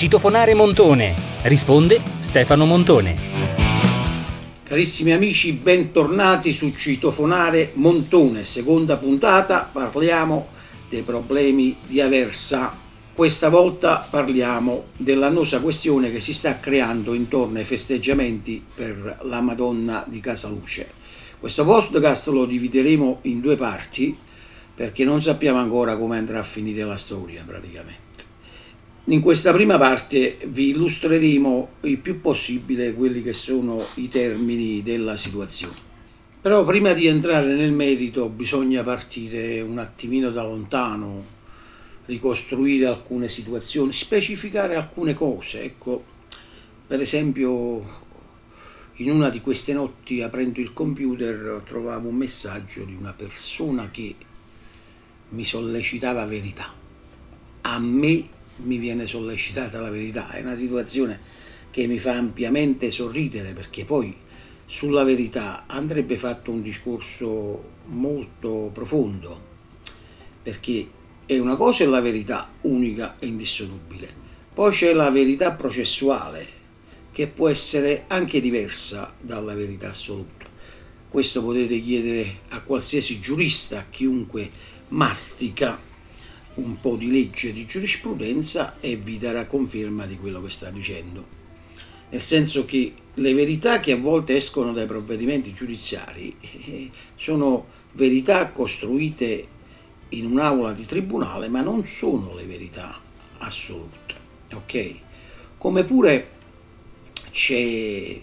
Citofonare Montone. Risponde Stefano Montone. Carissimi amici, bentornati su Citofonare Montone, seconda puntata. Parliamo dei problemi di Aversa. Questa volta parliamo dell'annosa questione che si sta creando intorno ai festeggiamenti per la Madonna di Casaluce. Questo podcast lo divideremo in due parti perché non sappiamo ancora come andrà a finire la storia praticamente. In questa prima parte vi illustreremo il più possibile quelli che sono i termini della situazione. Però prima di entrare nel merito bisogna partire un attimino da lontano, ricostruire alcune situazioni, specificare alcune cose. Ecco, per esempio, in una di queste notti, aprendo il computer, trovavo un messaggio di una persona che mi sollecitava verità. A me mi viene sollecitata la verità, è una situazione che mi fa ampiamente sorridere, perché poi sulla verità andrebbe fatto un discorso molto profondo, perché è una cosa è la verità unica e indissolubile, poi c'è la verità processuale che può essere anche diversa dalla verità assoluta. Questo potete chiedere a qualsiasi giurista, a chiunque mastica un po' di legge di giurisprudenza e vi darà conferma di quello che sta dicendo. Nel senso che le verità che a volte escono dai provvedimenti giudiziari sono verità costruite in un'aula di tribunale, ma non sono le verità assolute, ok? Come pure c'è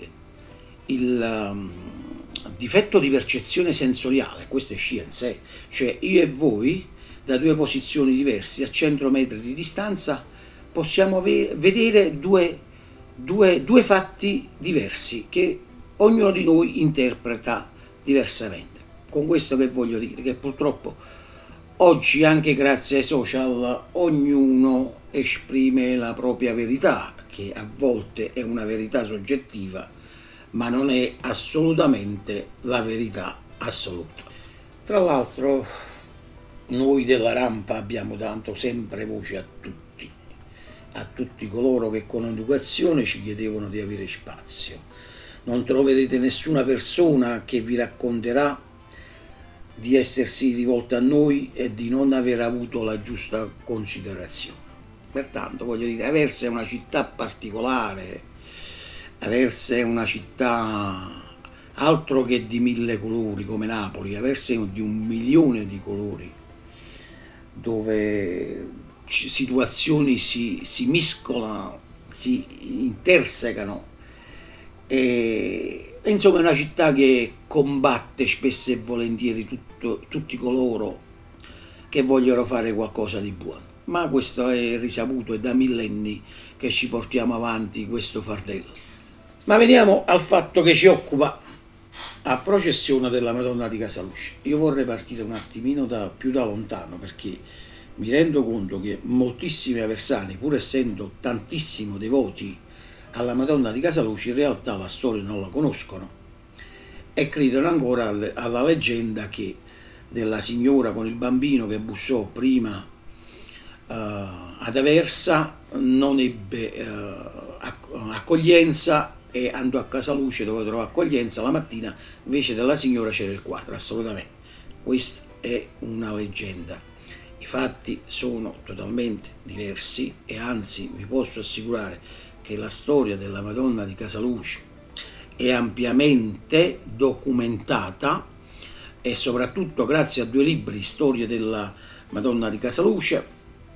il difetto di percezione sensoriale, questo è scienza, cioè io e voi da due posizioni diverse a 100 metri di distanza possiamo vedere due fatti diversi che ognuno di noi interpreta diversamente. Con questo che voglio dire? Che purtroppo oggi, anche grazie ai social, ognuno esprime la propria verità, che a volte è una verità soggettiva, ma non è assolutamente la verità assoluta. Tra l'altro, noi della rampa abbiamo dato sempre voce a tutti coloro che con educazione ci chiedevano di avere spazio. Non troverete nessuna persona che vi racconterà di essersi rivolta a noi e di non aver avuto la giusta considerazione. Pertanto, voglio dire, Aversa è una città particolare, Aversa è una città altro che di 1000 colori come Napoli, Aversa è di 1.000.000 di colori, dove situazioni si mescolano, si intersecano e insomma è una città che combatte spesso e volentieri tutti coloro che vogliono fare qualcosa di buono, ma questo è risaputo, è da millenni che ci portiamo avanti questo fardello. Ma veniamo al fatto che ci occupa a processione della Madonna di Casaluce. Io vorrei partire un attimino più da lontano, perché mi rendo conto che moltissimi aversani, pur essendo tantissimo devoti alla Madonna di Casaluce, in realtà la storia non la conoscono e credono ancora alla leggenda della signora con il bambino che bussò prima ad Aversa, non ebbe accoglienza e andò a Casaluce dove trovò accoglienza. La mattina invece della signora c'era il quadro. Assolutamente, questa è una leggenda. I fatti sono totalmente diversi e anzi vi posso assicurare che la storia della Madonna di Casaluce è ampiamente documentata e soprattutto grazie a due libri, Storia della Madonna di Casaluce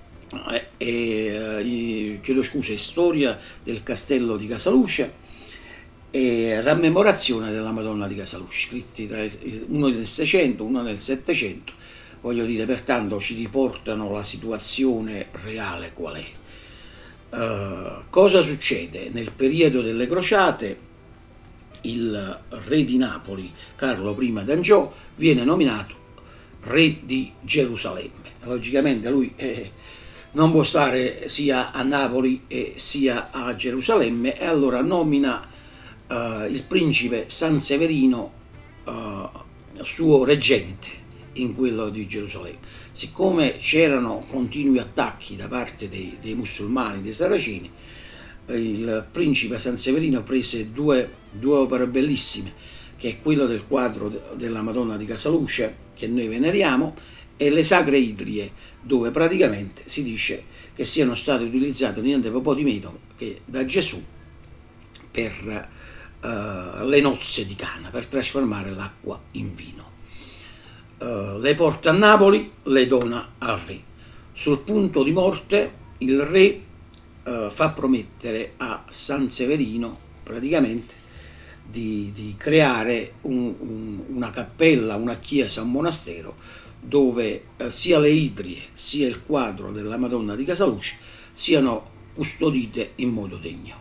Storia del Castello di Casaluce e Rammemorazione della Madonna di Casaluce, scritti uno nel 600, uno nel 700, voglio dire, pertanto ci riportano la situazione reale qual è. Cosa succede? Nel periodo delle crociate il re di Napoli, Carlo I d'Angiò, viene nominato re di Gerusalemme. Logicamente lui non può stare sia a Napoli sia a Gerusalemme e allora nomina il principe Sanseverino suo reggente in quello di Gerusalemme. Siccome c'erano continui attacchi da parte dei musulmani, dei saraceni, il principe Sanseverino prese due opere bellissime, che è quello del quadro della Madonna di Casaluce, che noi veneriamo, e le Sacre Idrie, dove praticamente si dice che siano state utilizzate niente po' di meno che da Gesù per le nozze di Cana, per trasformare l'acqua in vino. Le porta a Napoli, le dona al re. Sul punto di morte il re fa promettere a Sanseverino praticamente di creare una cappella, una chiesa, un monastero dove sia le idrie sia il quadro della Madonna di Casaluce siano custodite in modo degno.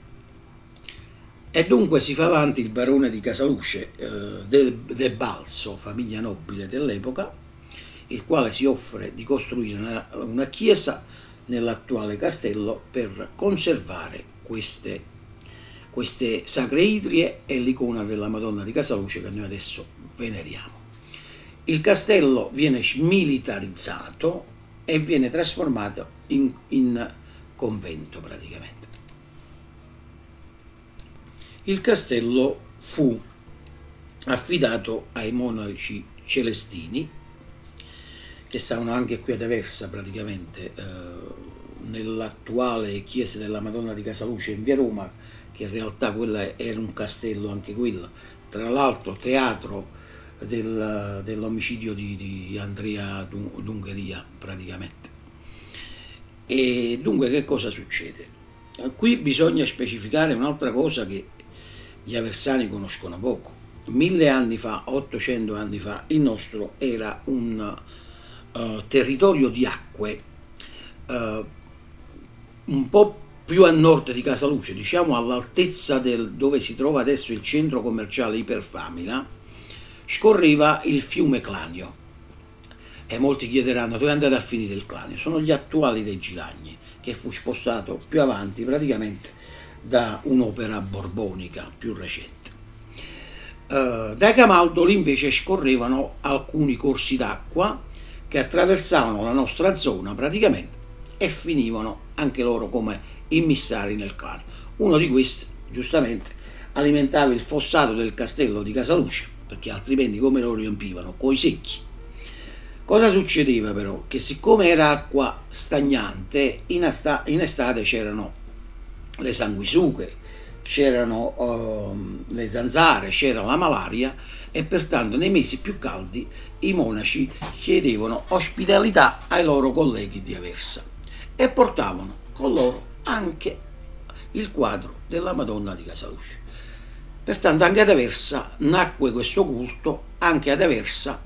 E dunque si fa avanti il barone di Casaluce, De Balso, famiglia nobile dell'epoca, il quale si offre di costruire una chiesa nell'attuale castello per conservare queste sacre idrie e l'icona della Madonna di Casaluce che noi adesso veneriamo. Il castello viene smilitarizzato e viene trasformato in convento praticamente. Il castello fu affidato ai monaci celestini, che stavano anche qui ad Aversa praticamente, nell'attuale chiesa della Madonna di Casaluce in via Roma, che in realtà quella era un castello anche quello, tra l'altro teatro dell'omicidio di Andrea d'Ungheria praticamente. E dunque che cosa succede? Qui bisogna specificare un'altra cosa che gli aversani conoscono poco. 1000 anni fa, 800 anni fa, il nostro era un territorio di acque un po' più a nord di Casaluce, diciamo all'altezza dove si trova adesso il centro commerciale Iperfamila, scorreva il fiume Clanio. E molti chiederanno dove è andato a finire il Clanio. Sono gli attuali dei Giragni, che fu spostato più avanti praticamente da un'opera borbonica più recente. Da Camaldoli invece scorrevano alcuni corsi d'acqua che attraversavano la nostra zona praticamente e finivano anche loro come immissari nel Clanio. Uno di questi giustamente alimentava il fossato del castello di Casaluce, perché altrimenti come lo riempivano? Coi secchi. Cosa succedeva però? Che siccome era acqua stagnante, in estate c'erano le sanguisughe, c'erano le zanzare, c'era la malaria e pertanto nei mesi più caldi i monaci chiedevano ospitalità ai loro colleghi di Aversa e portavano con loro anche il quadro della Madonna di Casaluce. Pertanto anche ad Aversa nacque questo culto, anche ad Aversa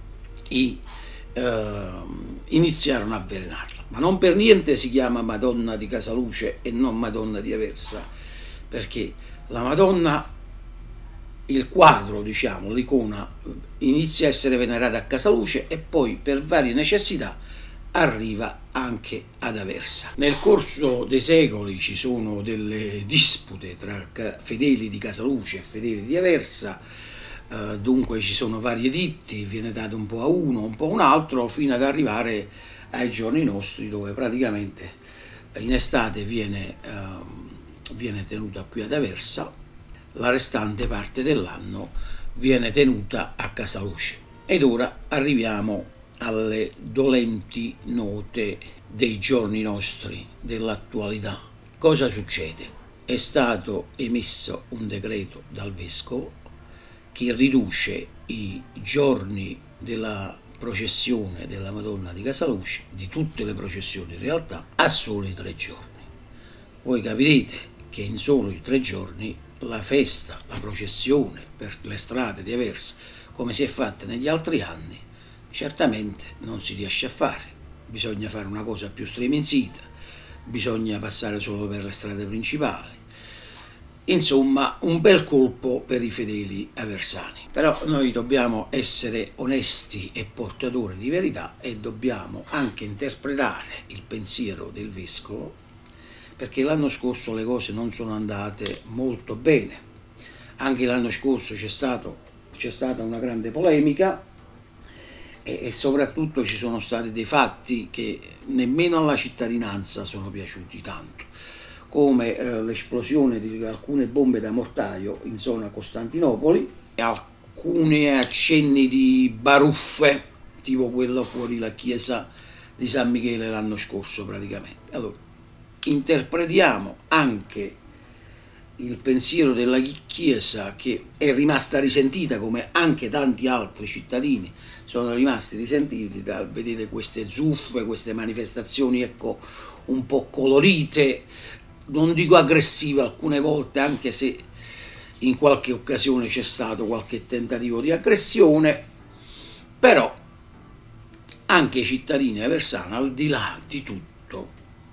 iniziarono a venerarla, ma non per niente si chiama Madonna di Casaluce e non Madonna di Aversa, perché la Madonna, il quadro, diciamo, l'icona, inizia a essere venerata a Casaluce e poi per varie necessità arriva anche ad Aversa. Nel corso dei secoli ci sono delle dispute tra fedeli di Casaluce e fedeli di Aversa, dunque ci sono vari editti, viene dato un po' a uno, un po' a un altro, fino ad arrivare ai giorni nostri, dove praticamente in estate viene tenuta qui ad Aversa, la restante parte dell'anno viene tenuta a Casaluce. Ed ora arriviamo alle dolenti note dei giorni nostri, dell'attualità. Cosa succede? È stato emesso un decreto dal vescovo che riduce i giorni della processione della Madonna di Casaluce, di tutte le processioni in realtà, a soli 3 giorni. Voi capirete che in soli 3 giorni la festa, la processione per le strade di Aversa, come si è fatta negli altri anni, certamente non si riesce a fare. Bisogna fare una cosa più striminzita, bisogna passare solo per le strade principali. Insomma, un bel colpo per i fedeli aversani. Però noi dobbiamo essere onesti e portatori di verità e dobbiamo anche interpretare il pensiero del vescovo, perché l'anno scorso le cose non sono andate molto bene. Anche l'anno scorso c'è stata una grande polemica e soprattutto ci sono stati dei fatti che nemmeno alla cittadinanza sono piaciuti tanto, come l'esplosione di alcune bombe da mortaio in zona Costantinopoli e alcuni accenni di baruffe, tipo quello fuori la chiesa di San Michele l'anno scorso praticamente. Allora, interpretiamo anche il pensiero della Chiesa, che è rimasta risentita, come anche tanti altri cittadini sono rimasti risentiti dal vedere queste zuffe, queste manifestazioni, ecco, un po' colorite, non dico aggressive alcune volte, anche se in qualche occasione c'è stato qualche tentativo di aggressione, però anche i cittadini aversani, al di là di tutto,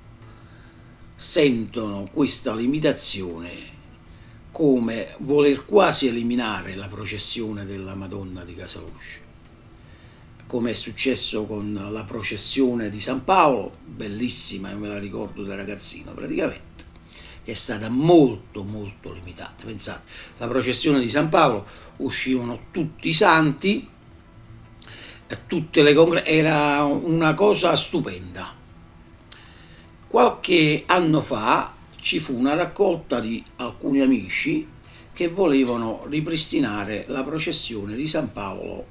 sentono questa limitazione come voler quasi eliminare la processione della Madonna di Casaluce, come è successo con la processione di San Paolo, bellissima, me la ricordo da ragazzino praticamente, che è stata molto molto limitata. Pensate, la processione di San Paolo uscivano tutti i santi, tutte le era una cosa stupenda. Qualche anno fa ci fu una raccolta di alcuni amici che volevano ripristinare la processione di San Paolo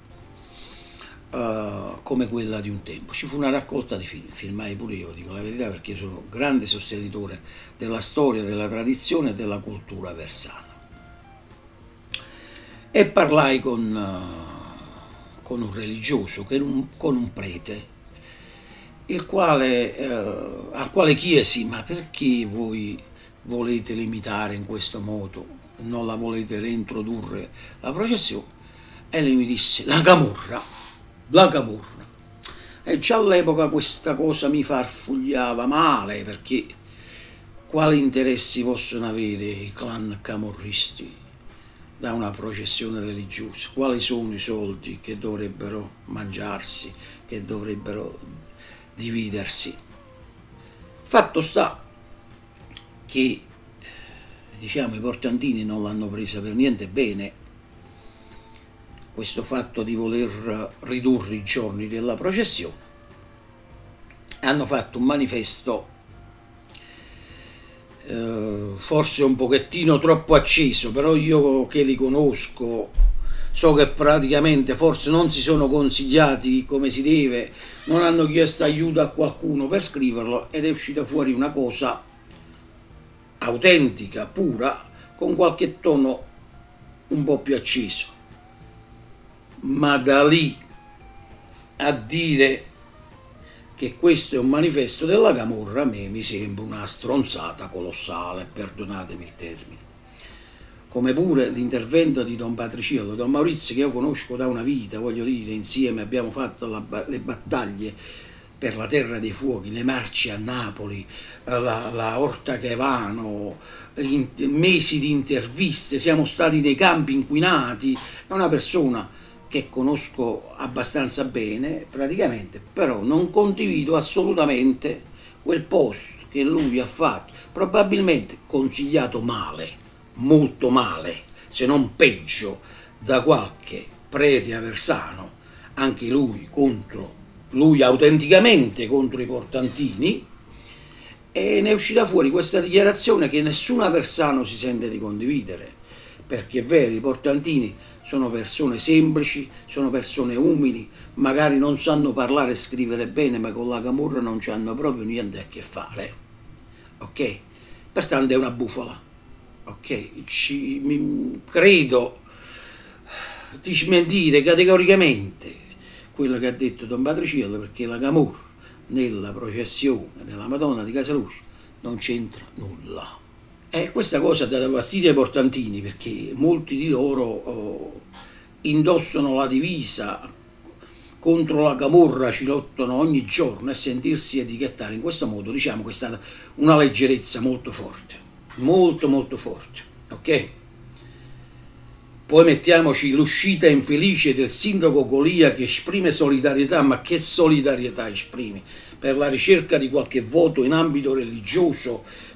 come quella di un tempo. Ci fu una raccolta di film, filmai pure io, dico la verità, perché io sono grande sostenitore della storia, della tradizione e della cultura aversana. E parlai con un religioso, con un prete, al quale chiesi: ma perché voi volete limitare in questo modo, non la volete reintrodurre la processione? E lui mi disse: la camorra. E già all'epoca questa cosa mi farfugliava male, perché quali interessi possono avere i clan camorristi da una processione religiosa? Quali sono i soldi che dovrebbero mangiarsi, che dovrebbero dividersi? Fatto sta che, diciamo, i portantini non l'hanno presa per niente bene questo fatto di voler ridurre i giorni della processione. Hanno fatto un manifesto forse un pochettino troppo acceso, però io che li conosco so che praticamente forse non si sono consigliati come si deve, non hanno chiesto aiuto a qualcuno per scriverlo, ed è uscita fuori una cosa autentica, pura, con qualche tono un po' più acceso. Ma da lì a dire che questo è un manifesto della camorra, a me mi sembra una stronzata colossale, perdonatemi il termine. Come pure l'intervento di Don Patriciello, Don Maurizio, che io conosco da una vita, voglio dire, insieme abbiamo fatto le battaglie per la Terra dei Fuochi, le marce a Napoli, la Orta Caivano, mesi di interviste, siamo stati nei campi inquinati. È una persona che conosco abbastanza bene praticamente, però non condivido assolutamente quel post che lui ha fatto, probabilmente consigliato male, molto male, se non peggio, da qualche prete aversano, anche lui autenticamente contro i portantini, e ne è uscita fuori questa dichiarazione che nessun aversano si sente di condividere, perché è vero, i portantini sono persone semplici, sono persone umili, magari non sanno parlare e scrivere bene, ma con la camorra non c'hanno proprio niente a che fare, ok? Pertanto è una bufala, ok? Credo di smentire categoricamente quello che ha detto Don Patriciello, perché la camorra nella processione della Madonna di Casaluce non c'entra nulla. E questa cosa ha dato fastidio ai portantini, perché molti di loro indossano la divisa contro la camorra, ci lottano ogni giorno, e sentirsi etichettare in questo modo, diciamo che è stata una leggerezza molto forte, molto molto forte, ok? Poi mettiamoci l'uscita infelice del sindaco Golia, che esprime solidarietà, ma che solidarietà esprime? Per la ricerca di qualche voto in ambito religioso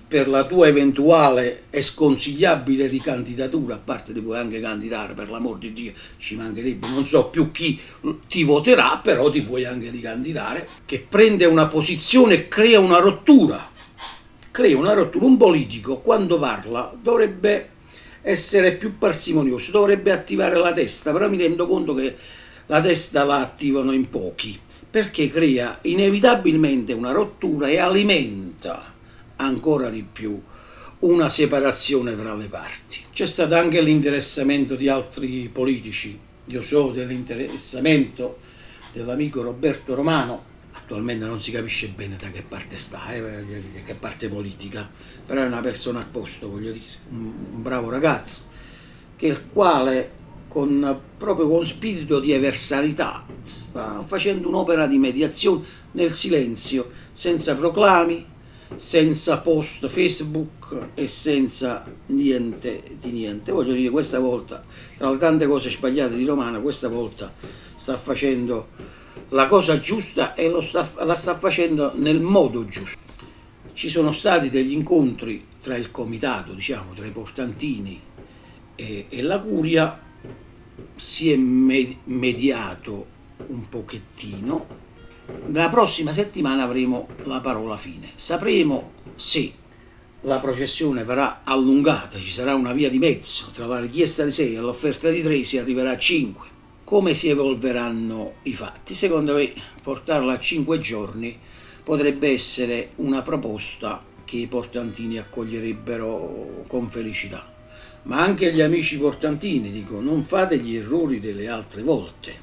per la tua eventuale e sconsigliabile ricandidatura, a parte ti puoi anche candidare, per l'amor di Dio, ci mancherebbe, non so più chi ti voterà, però ti puoi anche ricandidare, che prende una posizione e crea una rottura. Un politico quando parla dovrebbe essere più parsimonioso, dovrebbe attivare la testa, però mi rendo conto che la testa la attivano in pochi, perché crea inevitabilmente una rottura e alimenta ancora di più una separazione tra le parti. C'è stato anche l'interessamento di altri politici, io so dell'interessamento dell'amico Roberto Romano, attualmente non si capisce bene da che parte sta, che parte politica, però è una persona a posto, voglio dire, un bravo ragazzo, che il quale proprio con spirito di eversalità sta facendo un'opera di mediazione nel silenzio, senza proclami, senza post Facebook e senza niente di niente. Voglio dire, questa volta, tra le tante cose sbagliate di Romano, questa volta sta facendo la cosa giusta e la sta facendo nel modo giusto. Ci sono stati degli incontri tra il comitato, diciamo, tra i portantini e la curia, si è mediato un pochettino. La prossima settimana avremo la parola fine, sapremo se la processione verrà allungata, ci sarà una via di mezzo tra la richiesta di 6 e l'offerta di 3, si arriverà a 5. Come si evolveranno i fatti? Secondo me portarla a 5 giorni potrebbe essere una proposta che i portantini accoglierebbero con felicità. Ma anche gli amici portantini, dico, non fate gli errori delle altre volte.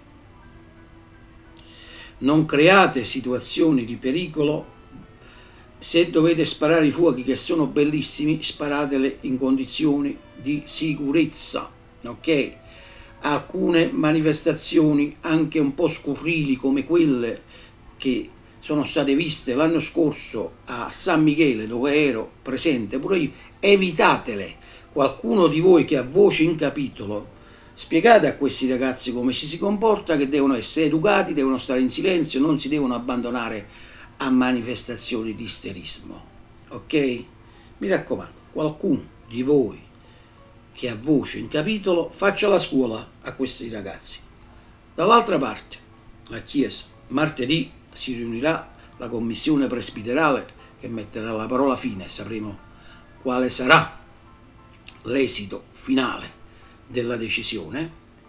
Non create situazioni di pericolo. Se dovete sparare i fuochi, che sono bellissimi, sparatele in condizioni di sicurezza, ok? Alcune manifestazioni anche un po' scurrili come quelle che sono state viste l'anno scorso a San Michele, dove ero presente pure io, evitatele. Qualcuno di voi che ha voce in capitolo, spiegate a questi ragazzi come ci si comporta, che devono essere educati, devono stare in silenzio, non si devono abbandonare a manifestazioni di isterismo, ok? Mi raccomando, qualcuno di voi che ha voce in capitolo faccia la scuola a questi ragazzi. Dall'altra parte, la Chiesa, martedì si riunirà la commissione presbiterale che metterà la parola fine, sapremo quale sarà l'esito finale della decisione.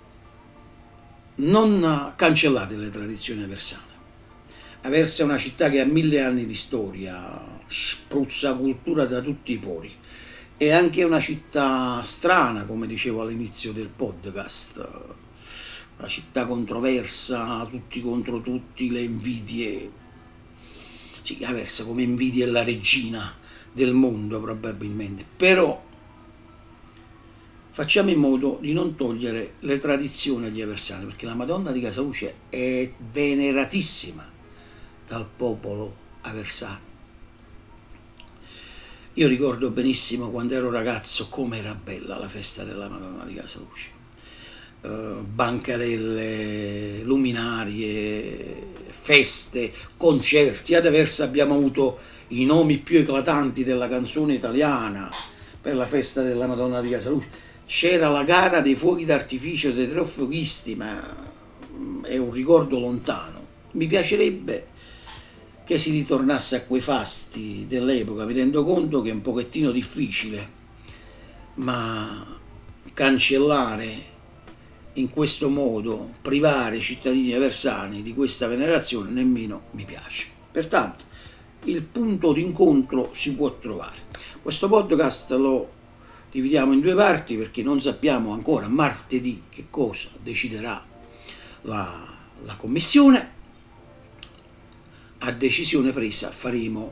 Non cancellate le tradizioni aversane. Aversa è una città che ha 1000 anni di storia, spruzza cultura da tutti i pori. È anche una città strana, come dicevo all'inizio del podcast, una città controversa, tutti contro tutti, le invidie. Sì, Aversa come invidia è la regina del mondo probabilmente, però facciamo in modo di non togliere le tradizioni agli aversani, perché la Madonna di Casaluce è veneratissima dal popolo aversano. Io ricordo benissimo quando ero ragazzo come era bella la festa della Madonna di Casaluce. Bancarelle, luminarie, feste, concerti. Ad Aversa abbiamo avuto i nomi più eclatanti della canzone italiana per la festa della Madonna di Casaluce. C'era la gara dei fuochi d'artificio dei tre fuochisti, ma è un ricordo lontano. Mi piacerebbe che si ritornasse a quei fasti dell'epoca. Mi rendo conto che è un pochettino difficile, ma cancellare in questo modo, privare i cittadini aversani di questa venerazione, nemmeno mi piace. Pertanto il punto d'incontro si può trovare. Questo podcast lo dividiamo in 2 parti perché non sappiamo ancora martedì che cosa deciderà la commissione. A decisione presa faremo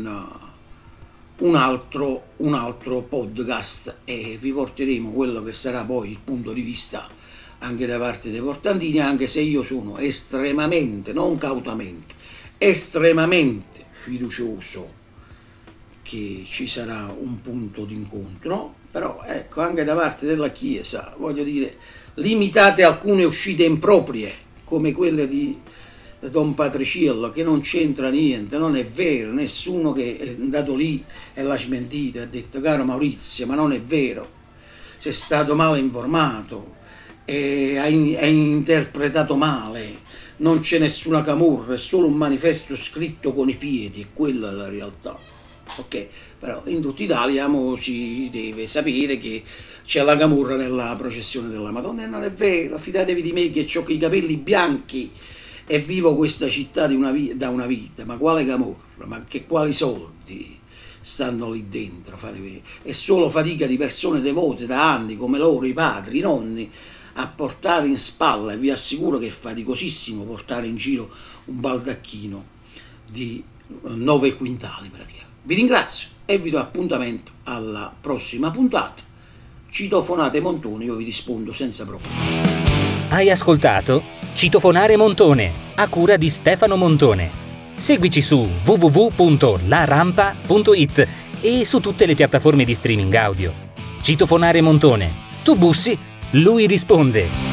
un altro podcast e vi porteremo quello che sarà poi il punto di vista anche da parte dei portantini, anche se io sono estremamente, non cautamente, estremamente fiducioso che ci sarà un punto d'incontro. Però ecco, anche da parte della Chiesa, voglio dire, limitate alcune uscite improprie come quelle di Don Patriciello, che non c'entra niente, non è vero, nessuno che è andato lì e l'ha smentito, ha detto caro Maurizio, ma non è vero, sei stato male informato, hai interpretato male, non c'è nessuna camorra, è solo un manifesto scritto con i piedi, e quella è la realtà. Ok, però in tutta Italia si deve sapere che c'è la camorra nella processione della Madonna, e non è vero, fidatevi di me che ho i capelli bianchi e vivo questa città da una vita, ma quale camorra, ma che quali soldi stanno lì dentro, fatevi. È solo fatica di persone devote da anni come loro, i padri, i nonni, a portare in spalla, e vi assicuro che è faticosissimo portare in giro un baldacchino di 9 quintali praticamente. Vi ringrazio e vi do appuntamento alla prossima puntata. Citofonate Montone, io vi rispondo senza problemi. Hai ascoltato Citofonare Montone, a cura di Stefano Montone. Seguici su www.larampa.it e su tutte le piattaforme di streaming audio. Citofonare Montone. Tu bussi, lui risponde.